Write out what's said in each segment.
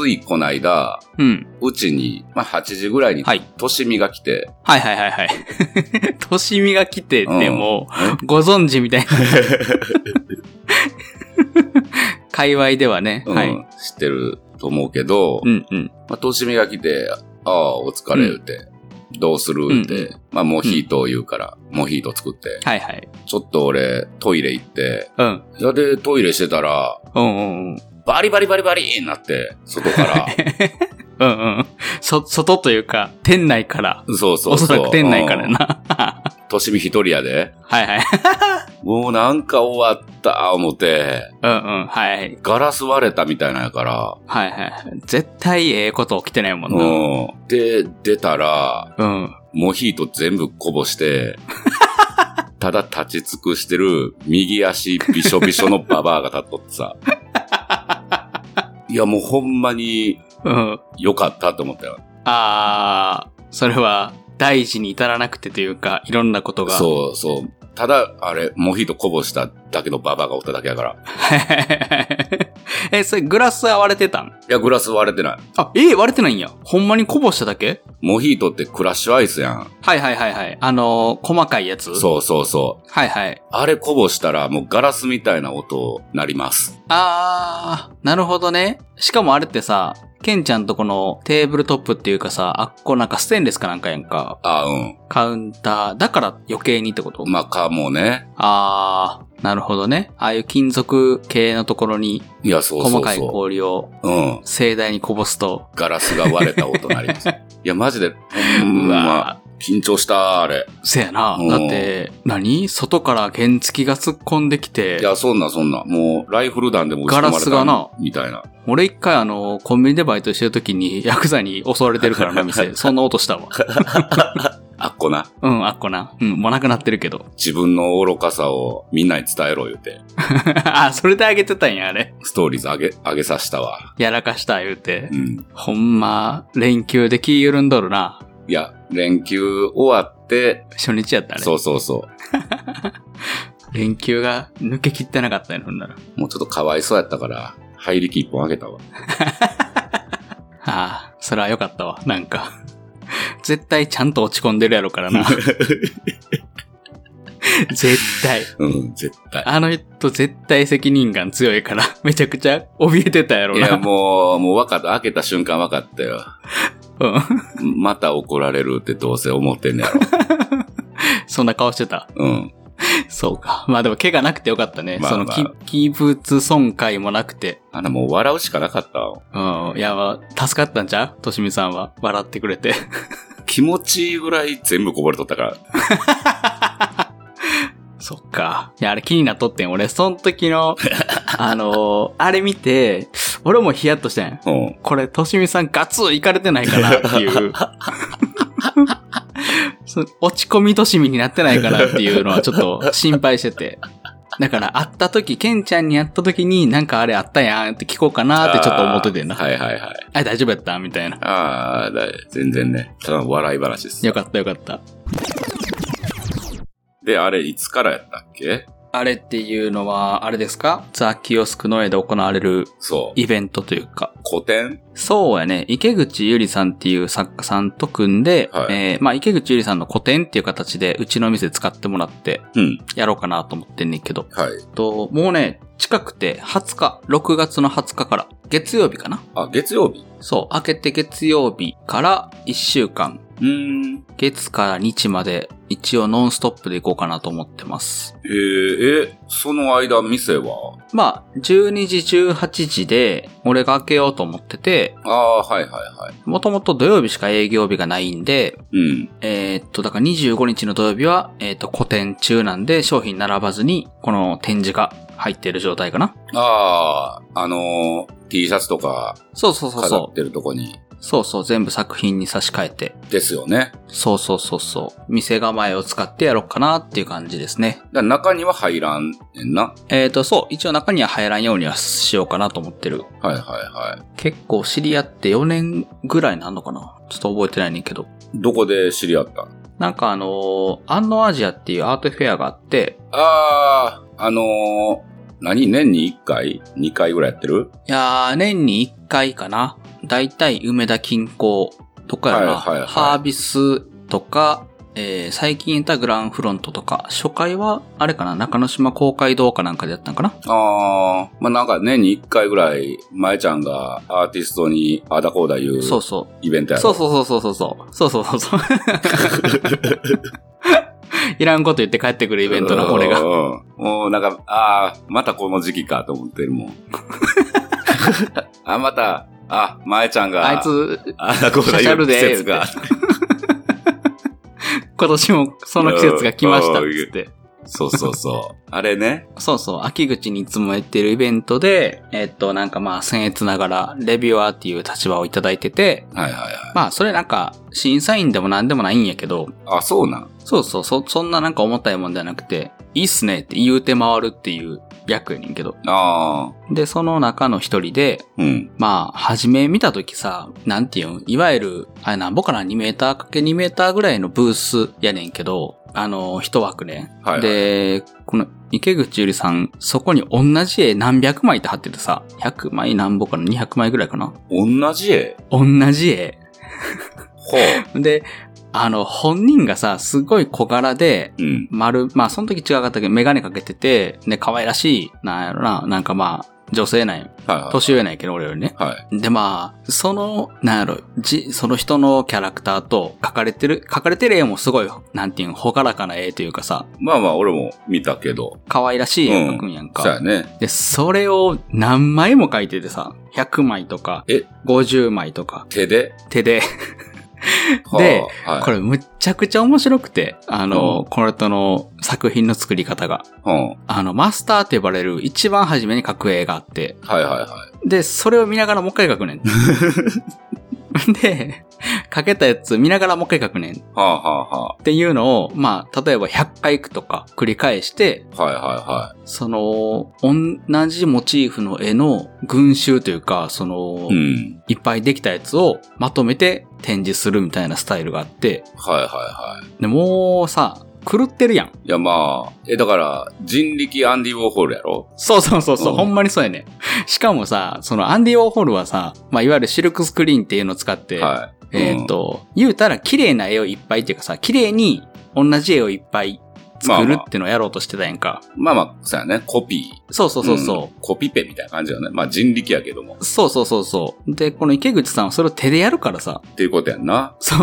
ついこないだ、うちに、8時ぐらいに、としみが来て。 はい。としみが来てってもう、ご存知みたいな。界隈ではね、 知ってると思うけど、としみが来て、お疲れ言うて、どうする言うて、モヒートを言うから、モヒート作って。ちょっと俺、トイレ行って、で、トイレしてたら、バリバリバリバリになって、外から。 外というか、店内から。 そう。おそらく店内からな。 としみ一人やで。もうなんか終わった思って。ガラス割れたみたいなんやから。 絶対ええこと起きてないもんな。 で、出たら、モヒート全部こぼして、ただ立ち尽くしてる右足びしょびしょのババアが立っとってさ。いやもうほんまに、よかったと思ったよ。 それは大事に至らなくてというか、いろんなことが。 そう。ただ、モヒートこぼしただけのババアがおっただけやから。 それグラスは割れてたん？ いや、グラス割れてない。 割れてないんや。ほんまにこぼしただけ？ モヒートってクラッシュアイスやん。 細かいやつ？ そう。あれこぼしたらもうガラスみたいな音なります。 なるほどね。しかもあれってさ、ケンちゃんとこのテーブルトップっていうかさ、なんかステンレスかなんかやんか。カウンター。だから余計にってこと？ かもね。 なるほどね。ああいう金属系のところに、細かい氷を、盛大にこぼすと。 ガラスが割れた音なります。いや、マジで、緊張した、あれ。 せやな。だって、外から原付が突っ込んできて。 いや、そんな。もう、ライフル弾でも撃ち込まれた。ガラスがな。みたいな。 俺一回コンビニでバイトしてる時に、ヤクザに襲われてるからな、店。そんな音したわ。 あっこな。 あっこな。もうなくなってるけど。 自分の愚かさをみんなに伝えろ言うて。 それであげてたんや、あれ。 ストーリーズあげさしたわ。 やらかした言うて。ほんま、連休で気緩んどるな。 いや、連休終わって。 初日やったね。 そう。 連休が抜けきってなかったよ、ほんなら。 もうちょっとかわいそうやったから、入り気一本あげたわ。 それはよかったわ、なんか。絶対ちゃんと落ち込んでるやろからな。絶対。 絶対。 あの人絶対責任感強いから、めちゃくちゃ怯えてたやろな。 いや、もう分かった。開けた瞬間分かったよ。また怒られるってどうせ思ってんねやろ。 そんな顔してた。そうか。でも怪我なくてよかったね。器物損壊もなくて。 もう笑うしかなかったわ。いや、助かったんちゃう？としみさんは。笑ってくれて。 気持ちいいぐらい全部こぼれとったから。 そっか。いや、あれ気になっとってん。俺、その時の、あれ見て、俺もヒヤッとしてん。これ、としみさんガツいかれてないかなっていう。落ち込みとしみになってないかなっていうのはちょっと心配してて。だから会った時、ケンちゃんに会った時になんかあれあったやんって聞こうかなってちょっと思っててんな。大丈夫やったみたいな。 全然ね。ただの笑い話です。 よかった。 で、あれいつからやったっけ？ あれっていうのは、あれですか？ザ・キオスクの絵で行われるイベントというか。 個展？ そうやね。池口ゆりさんっていう作家さんと組んで、池口ゆりさんの個展っていう形でうちの店使ってもらって、やろうかなと思ってんねんけど。もうね、近くて6月の20日から、月曜日かな？ 月曜日？ そう、明けて月曜日から1週間。月から日まで一応ノンストップで行こうかなと思ってます。 その間店は 12時18時で俺が開けようと思ってて、もともと土曜日しか営業日がないんで、だから25日の土曜日は、個展中なんで商品並ばずにこの展示が入っている状態かな。 T シャツとか飾ってるとこに。 全部作品に差し替えて。 ですよね。 そう。店構えを使ってやろうかなっていう感じですね。 中には入らんねんな。 一応中には入らんようにはしようかなと思ってる。結構知り合って4年ぐらいなんのかな？ちょっと覚えてないねんけど。 どこで知り合った？ なんかアンノアジアっていうアートフェアがあって。 年に1回 ?2 回ぐらいやってる？ いやー、年に1回かな。だいたい梅田近郊とかやな。ハービスとか、最近いたグランフロントとか、初回は、あれかな、中之島公会堂かなんかでやったんかな。 まあ、なんか年に1回ぐらい、前ちゃんがアーティストにあだこうだ言う、イベントやろ。 そう。いらんこと言って帰ってくるイベントな、これが。 もうなんか、またこの時期かと思ってるもん。また、前ちゃんが、 あいつ、 あだこうだ言う季節が。 今年もその季節が来ましたっつって。 そう。あれね。 そう。秋口にいつもやってるイベントで、なんかまあ、僭越ながら、レビュアーっていう立場をいただいてて。 はい。 まあ、それなんか、審査員でもなんでもないんやけど。 そうなん？ そう。そんななんか重たいもんじゃなくて、いいっすねって言うて回るっていう役やねんけど。で、その中の一人で、まあ、初め見たときさ、なんていうん、いわゆる、なんぼかな、2メーター ×2 メーターぐらいのブースやねんけど、一枠ね。はい。で、この池口ゆりさん、そこに同じ絵何百枚って貼っててさ、100枚なんぼかな、200枚ぐらいかな。 同じ絵。 ほう。で、本人がさ、すごい小柄で、まあ、その時違かったけど、メガネかけてて、で、可愛らしい、なんやろな、なんかまあ、女性なんよ。年上なんやけど、俺よりね。で、まあ、なんやろ、その人のキャラクターと、描かれてる絵もすごい、なんていうの、ほがらかな絵というかさ。 まあ、俺も見たけど。 可愛らしい絵を描くんやんか。 そうやね。 で、それを何枚も描いててさ、100枚とか、50枚とか。 手で。 で、これむっちゃくちゃ面白くて、この人の作品の作り方が。マスターって呼ばれる一番初めに描く絵があって。で、それを見ながらもう一回描くねん。で、かけたやつ見ながらもう一回描くねん。っていうのを、まあ、例えば100回とか繰り返して、その、同じモチーフの絵の群衆というか、いっぱいできたやつをまとめて展示するみたいなスタイルがあって、で、もうさ、狂ってるやん。 いや、まあ、だから、人力アンディ・ウォーホルやろ？ そう、ほんまにそうやね。しかもさ、そのアンディ・ウォーホルはさ、まあ、いわゆるシルクスクリーンっていうのを使って、言うたら綺麗な絵をいっぱいっていうかさ、綺麗に同じ絵をいっぱい作るってのをやろうとしてたやんか。 まあ、そうやね。コピー。 そう。 コピペみたいな感じだよね。まあ人力やけども。 そう。で、この池口さんはそれを手でやるからさ。 っていうことやんな。 そう。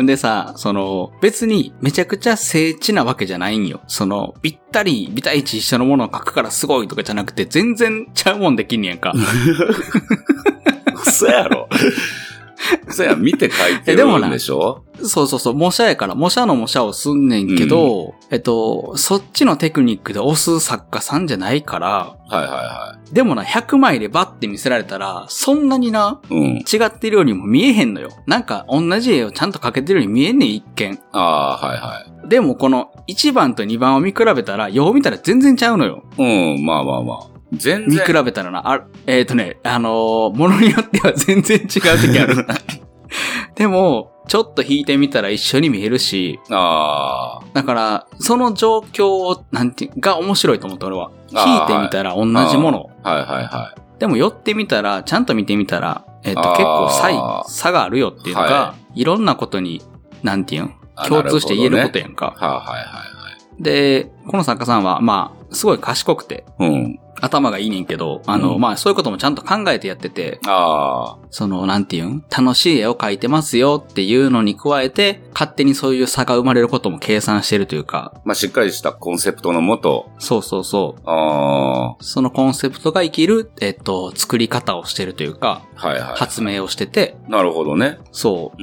でさ、別にめちゃくちゃ精緻なわけじゃないんよ。ぴったり、ビタイチ一緒のものを描くからすごいとかじゃなくて、全然ちゃうもんできんねやんか。 嘘やろ。そうや、見て書いてるんでしょ？ そう。模写やから、模写の模写をすんねんけど、そっちのテクニックで押す作家さんじゃないから、でもな、100枚でバッて見せられたら、そんなにな、違ってるようにも見えへんのよ。なんか、同じ絵をちゃんと描けてるように見えんねん、一見。でも、この1番と2番を見比べたら、よう見たら全然ちゃうのよ。 まあ。全然。 見比べたらな、ものによっては全然違う時ある。でも、ちょっと弾いてみたら一緒に見えるし、だから、その状況が面白いと思った俺は。弾いてみたら同じもの。でも寄ってみたら、ちゃんと見てみたら、結構差があるよっていうのが、いろんなことに、共通して言えることやんか。で、この作家さんは、まあ、すごい賢くて、頭がいいねんけど、まあ、そういうこともちゃんと考えてやってて、楽しい絵を描いてますよっていうのに加えて、勝手にそういう差が生まれることも計算してるというか。 まあ、しっかりしたコンセプトのもと。 そう。そのコンセプトが生きる、作り方をしてるというか、発明をしてて。 なるほどね。 そう。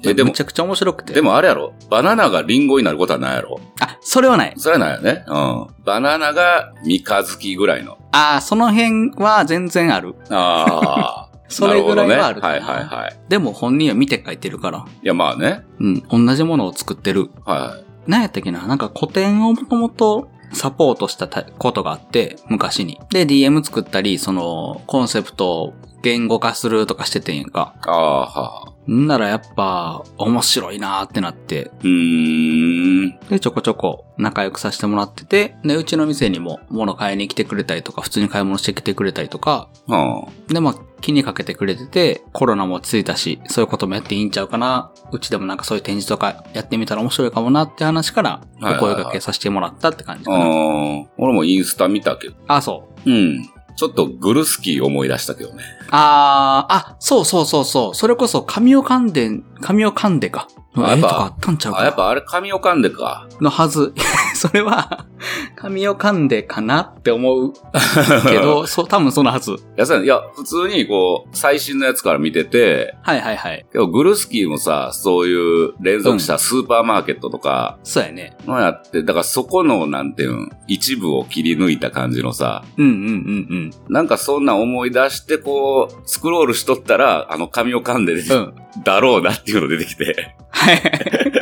でも、めちゃくちゃ面白くて。 でもあれやろ、バナナがリンゴになることはないやろ。 それはない。 それはないよね。バナナが三日月ぐらいの。 その辺は全然ある。それぐらいはある。でも本人は見て書いてるから。 いや、まあね。 同じものを作ってる。なんやったっけな、なんか古典をもともとサポートしたことがあって、昔に。で、DM 作ったり、その、コンセプトを言語化するとかしててんやんか。 ああ、はあ。 んならやっぱ、面白いなーってなって。で、ちょこちょこ仲良くさせてもらってて、で、うちの店にも物買いに来てくれたりとか、普通に買い物してきてくれたりとか、で、まあ、気にかけてくれてて、コロナもついたし、そういうこともやっていいんちゃうかな。うちでもなんかそういう展示とかやってみたら面白いかもなって話から、お声掛けさせてもらったって感じかな。 俺もインスタ見たけど。 あ、そう。 うん。ちょっとグルスキー思い出したけどね。 そう。それこそ神尾関連か。とかあったんちゃうかな。 やっぱあれ神尾関連か。 のはず。それは、神尾関連かなって思うけど、多分そのはず。 いや、普通にこう、最新のやつから見てて。 はい。 けどグルスキーもさ、そういう連続したスーパーマーケットとか。 そうやね。 のやって、だからそこの、なんていうん、一部を切り抜いた感じのさ。なんかそんな思い出して、こう、スクロールしとったら、神尾関連だろうなっていうの出てきて。はい。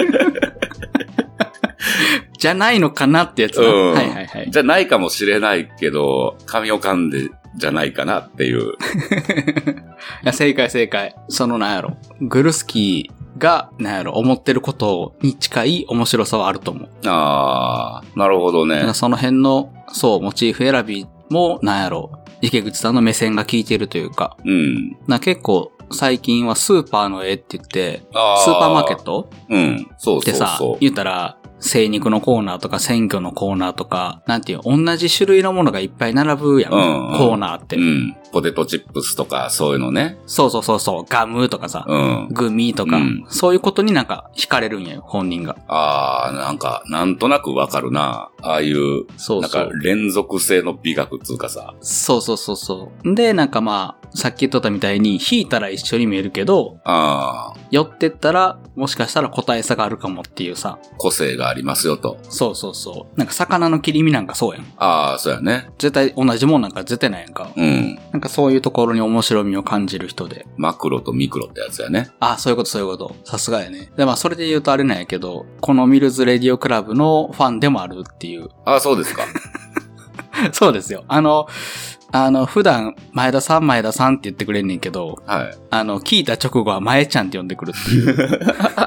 じゃないのかなってやつな。はい。 じゃないかもしれないけど、神尾関連じゃないかなっていう。いや、正解。そのなんやろ。グルスキーが、なんやろ、思ってることに近い面白さはあると思う。 あー、なるほどね。 その辺の、モチーフ選びも、なんやろ、池口さんの目線が効いてるというか。結構、最近はスーパーの絵って言って、スーパーマーケットそう。 でさ、言ったら、精肉のコーナーとか鮮魚のコーナーとか、なんていう、同じ種類のものがいっぱい並ぶやん。コーナーって。 ポテトチップスとか、そういうのね。 そう。ガムとかさ、グミとか、そういうことになんか惹かれるんやよ、本人が。 なんとなくわかるな。ああいう、なんか連続性の美学っていうかさ。 そう。で、なんかまあ、さっき言っとったみたいに、引いたら一緒に見えるけど、寄ってったら、もしかしたら個体差があるかもっていうさ。 個性がありますよと。 そう。なんか魚の切り身なんかそうやん。 そうやね。 絶対同じもんなんか絶対ないやんか。なんかそういうところに面白みを感じる人で。 マクロとミクロってやつやね。 そういうこと。さすがやね。で、まあそれで言うとあれなんやけど、このミルズレディオクラブのファンでもあるっていう。 そうですか。 そうですよ。普段、前田さんって言ってくれんねんけど、聞いた直後は前ちゃんって呼んでくるっていう。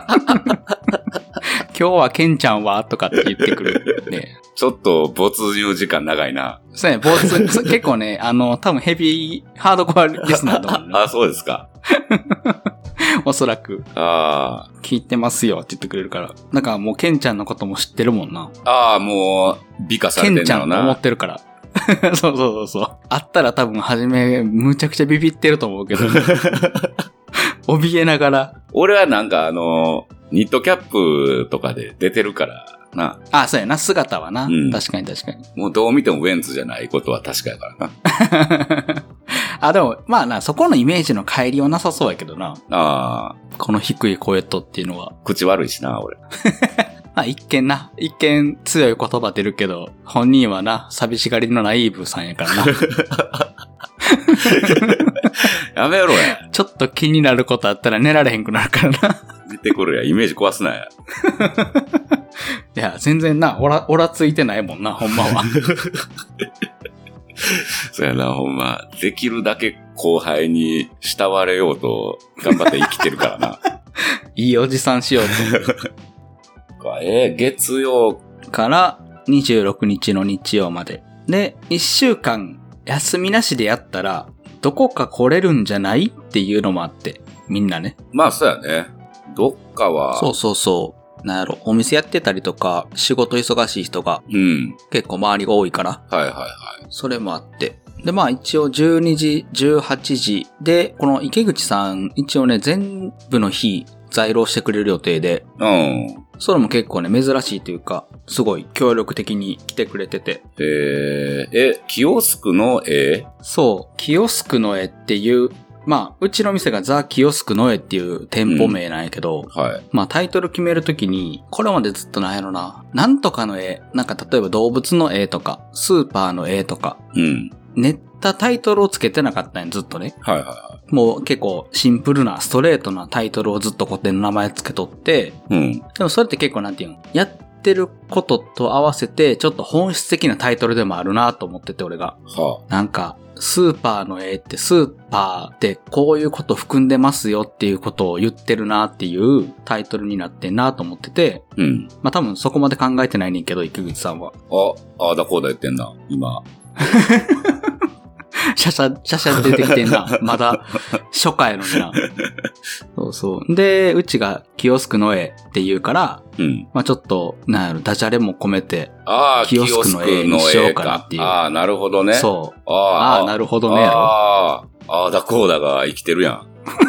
今日はケンちゃんはとかって言ってくる。ね。 ちょっと没入時間長いな。 そうね、結構ね、多分ヘビー、ハードコアリスナーだもんね。 そうですか。 おそらく。聞いてますよって言ってくれるから。なんかもうケンちゃんのことも知ってるもんな。 もう、美化されてんだろうな。 ケンちゃんと思ってるから。そう。あったら多分初め、むちゃくちゃビビってると思うけど。怯えながら。 俺はなんかニットキャップとかで出てるからな。 そうやな、姿はな。確かに。 もうどう見てもウェンツじゃないことは確かやからな。でも、まあな、そこのイメージの乖離はなさそうやけどな。この低い声とっていうのは。 口悪いしな、俺。 一見強い言葉出るけど、本人はな、寂しがりのナイーブさんやからな。 やめろや。 ちょっと気になることあったら寝られへんくなるからな。 出てくるや、イメージ壊すなや。 いや、全然な、オラついてないもんな、ほんまは。 そうやな、ほんま。できるだけ後輩に慕われようと頑張って生きてるからな。 いいおじさんしようと。 月曜から26日の日曜まで。で、1週間休みなしでやったら、どこか来れるんじゃないっていうのもあって、みんなね。 そうやね。どっかは。 そう。なんやろ、お店やってたりとか、仕事忙しい人が、結構周りが多いから。それもあって。で、一応12時、18時で、この池口さん、一応ね、全部の日、在労してくれる予定で。それも結構ね、珍しいというか、すごい協力的に来てくれてて。 キオスクの絵？ そう、キオスクの絵っていう、うちの店がザ・キオスクの絵っていう店舗名なんやけど、タイトル決めるときに、これまでずっとなんやろな、なんとかの絵、なんか例えば動物の絵とか、スーパーの絵とか、練ったタイトルをつけてなかったんや、ずっとね。もう結構シンプルなストレートなタイトルをずっと固定の名前つけとって、でもそれって結構なんていうの、やっってることと合わせて、ちょっと本質的なタイトルでもあるなと思ってて、俺が。なんか、スーパーの絵ってスーパーってこういうこと含んでますよっていうことを言ってるなっていうタイトルになってんなと思ってて、まあ多分そこまで考えてないねんけど、池口さんは。 あだこうだ言ってんな、今。 シャシャ出てきてんな。まだ、初回のにな。そうそう。で、うちがキオスクの絵って言うから、まあちょっと、なんやろ、ダジャレも込めて、キオスクの絵にしようかなっていう。 なるほどね。 そう。なるほどねやろ。 だこうだが生きてるやん。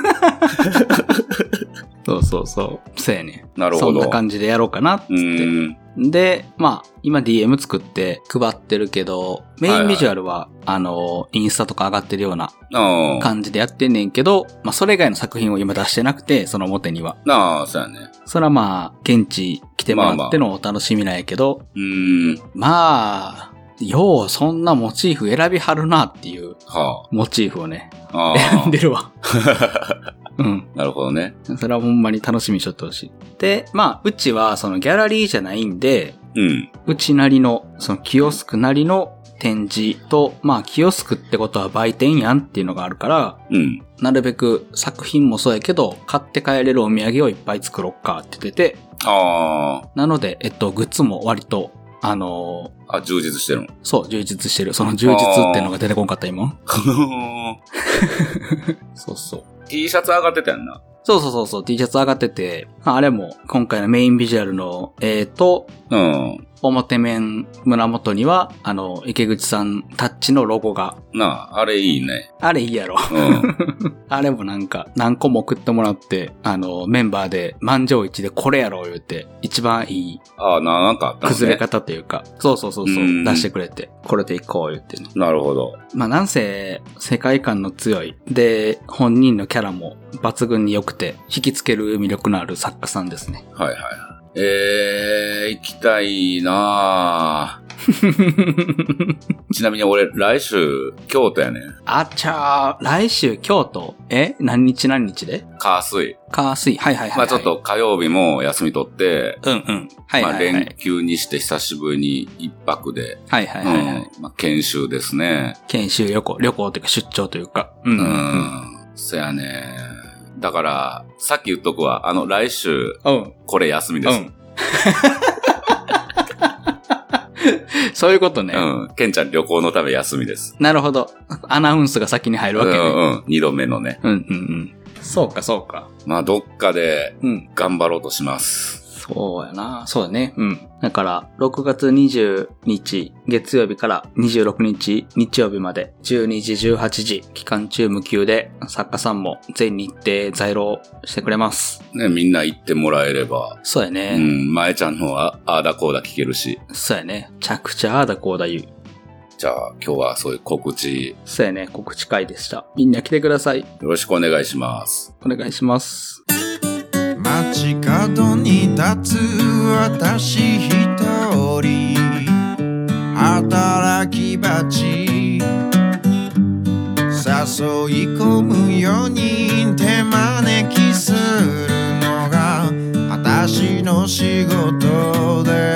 そう。そうやね。 なるほど。 そんな感じでやろうかなってって。で、まあ、今 DM 作って配ってるけど、メインビジュアルは、インスタとか上がってるような感じでやってんねんけど、まあ、それ以外の作品を今出してなくて、その表には。 そうやね。 それはまあ、現地来てもらってのお楽しみなんやけど、まあ、よう、そんなモチーフ選びはるなっていう、モチーフをね、選んでるわ。 なるほどね。 それはほんまに楽しみにしとってほしい。で、まあ、うちはそのギャラリーじゃないんで、うちなりの、そのキオスクなりの展示と、まあ、キオスクってことは売店やんっていうのがあるから、なるべく作品もそうやけど、買って帰れるお土産をいっぱい作ろっかって言ってて、なので、グッズも割と、 充実してるの？ そう、充実してる。その充実っていうのが出てこんかった今。そう。 T シャツ上がってたやんな。 そう、T シャツ上がってて、あれも今回のメインビジュアルの絵と、表面胸元には、池口さんタッチのロゴが。 あれいいね。 あれいいやろ。あれもなんか、何個も送ってもらって、メンバーで満場一致でこれやろ言って、一番いい。 なんかあったね。 崩れ方というか。そう。出してくれて、これでいこう言ってね。 なるほど。 まあなんせ、世界観の強い。で、本人のキャラも抜群に良くて、引きつける魅力のある作家さんですね。 はい。行きたいなぁ。ちなみに俺、来週、京都やねん。 来週、京都何日で火水。 はい。 まあちょっと火曜日も休み取って、 はい。 まあ連休にして久しぶりに一泊で。 はい。 まあ研修ですね。 研修旅行というか出張というか。 そやね。だから、さっき言っとくわ。来週、これ休みです。 そういうことね。 ケンちゃん旅行のため休みです。 なるほど。アナウンスが先に入るわけね。 二度目のね。 そうか。 まあ、どっかで、頑張ろうとします。 そうやな。そうだね。だから、6月20日月曜日から26日日曜日まで12時18時期間中無休で作家さんも全日程在廊してくれます。 ね、みんな行ってもらえれば。 そうやね。 前ちゃんのあーだこうだ聞けるし。 そうやね。着々あーだこうだ言う。 じゃあ今日はそういう告知。 そうやね。告知会でした。みんな来てください。よろしくお願いします。 お願いします。 街角に立つ私一人働き蜂誘い込む4人手招きするのが私の仕事で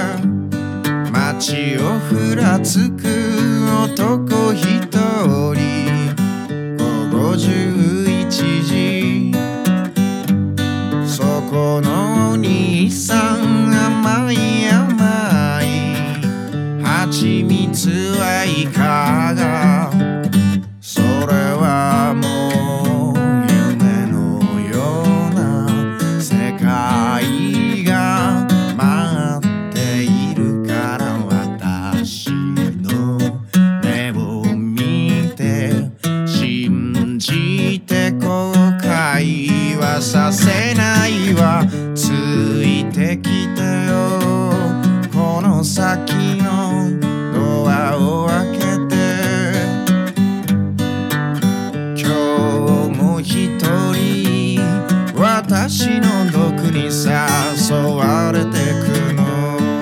街をふらつく男一人午後11時そこのお兄さん甘い蜂蜜はいかがそれはもう夢のような世界が待っているから私の目を見て信じて後悔はさせないわついてきてよこの先のドアを開けて今日も一人私の毒に誘われてくの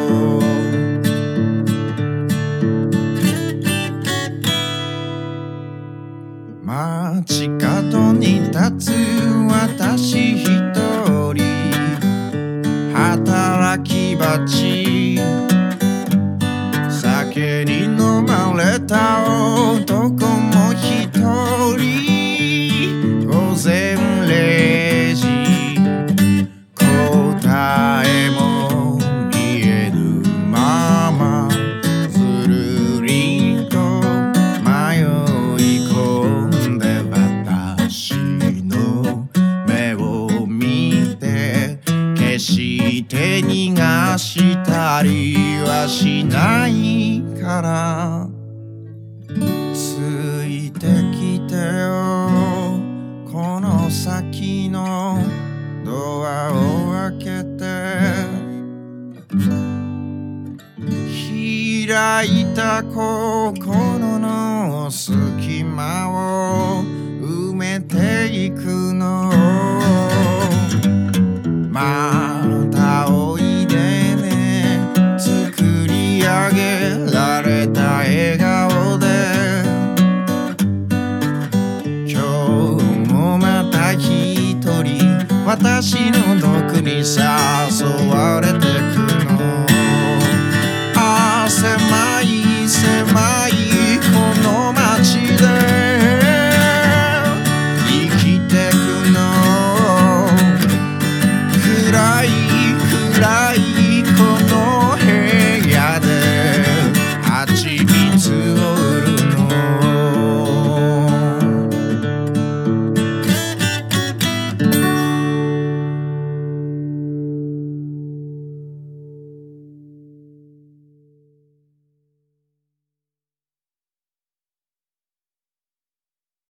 街角に立つ私一人働き蜂た男も一人午前0時答えも見えぬままずるりと迷い込んで私の目を見て決して逃がしたりはしないからついてきてよこの先のドアを開けて開いた心の隙間を埋めていくのまたおいでね作り上げられた笑顔で今日もまた一人私の毒に誘われて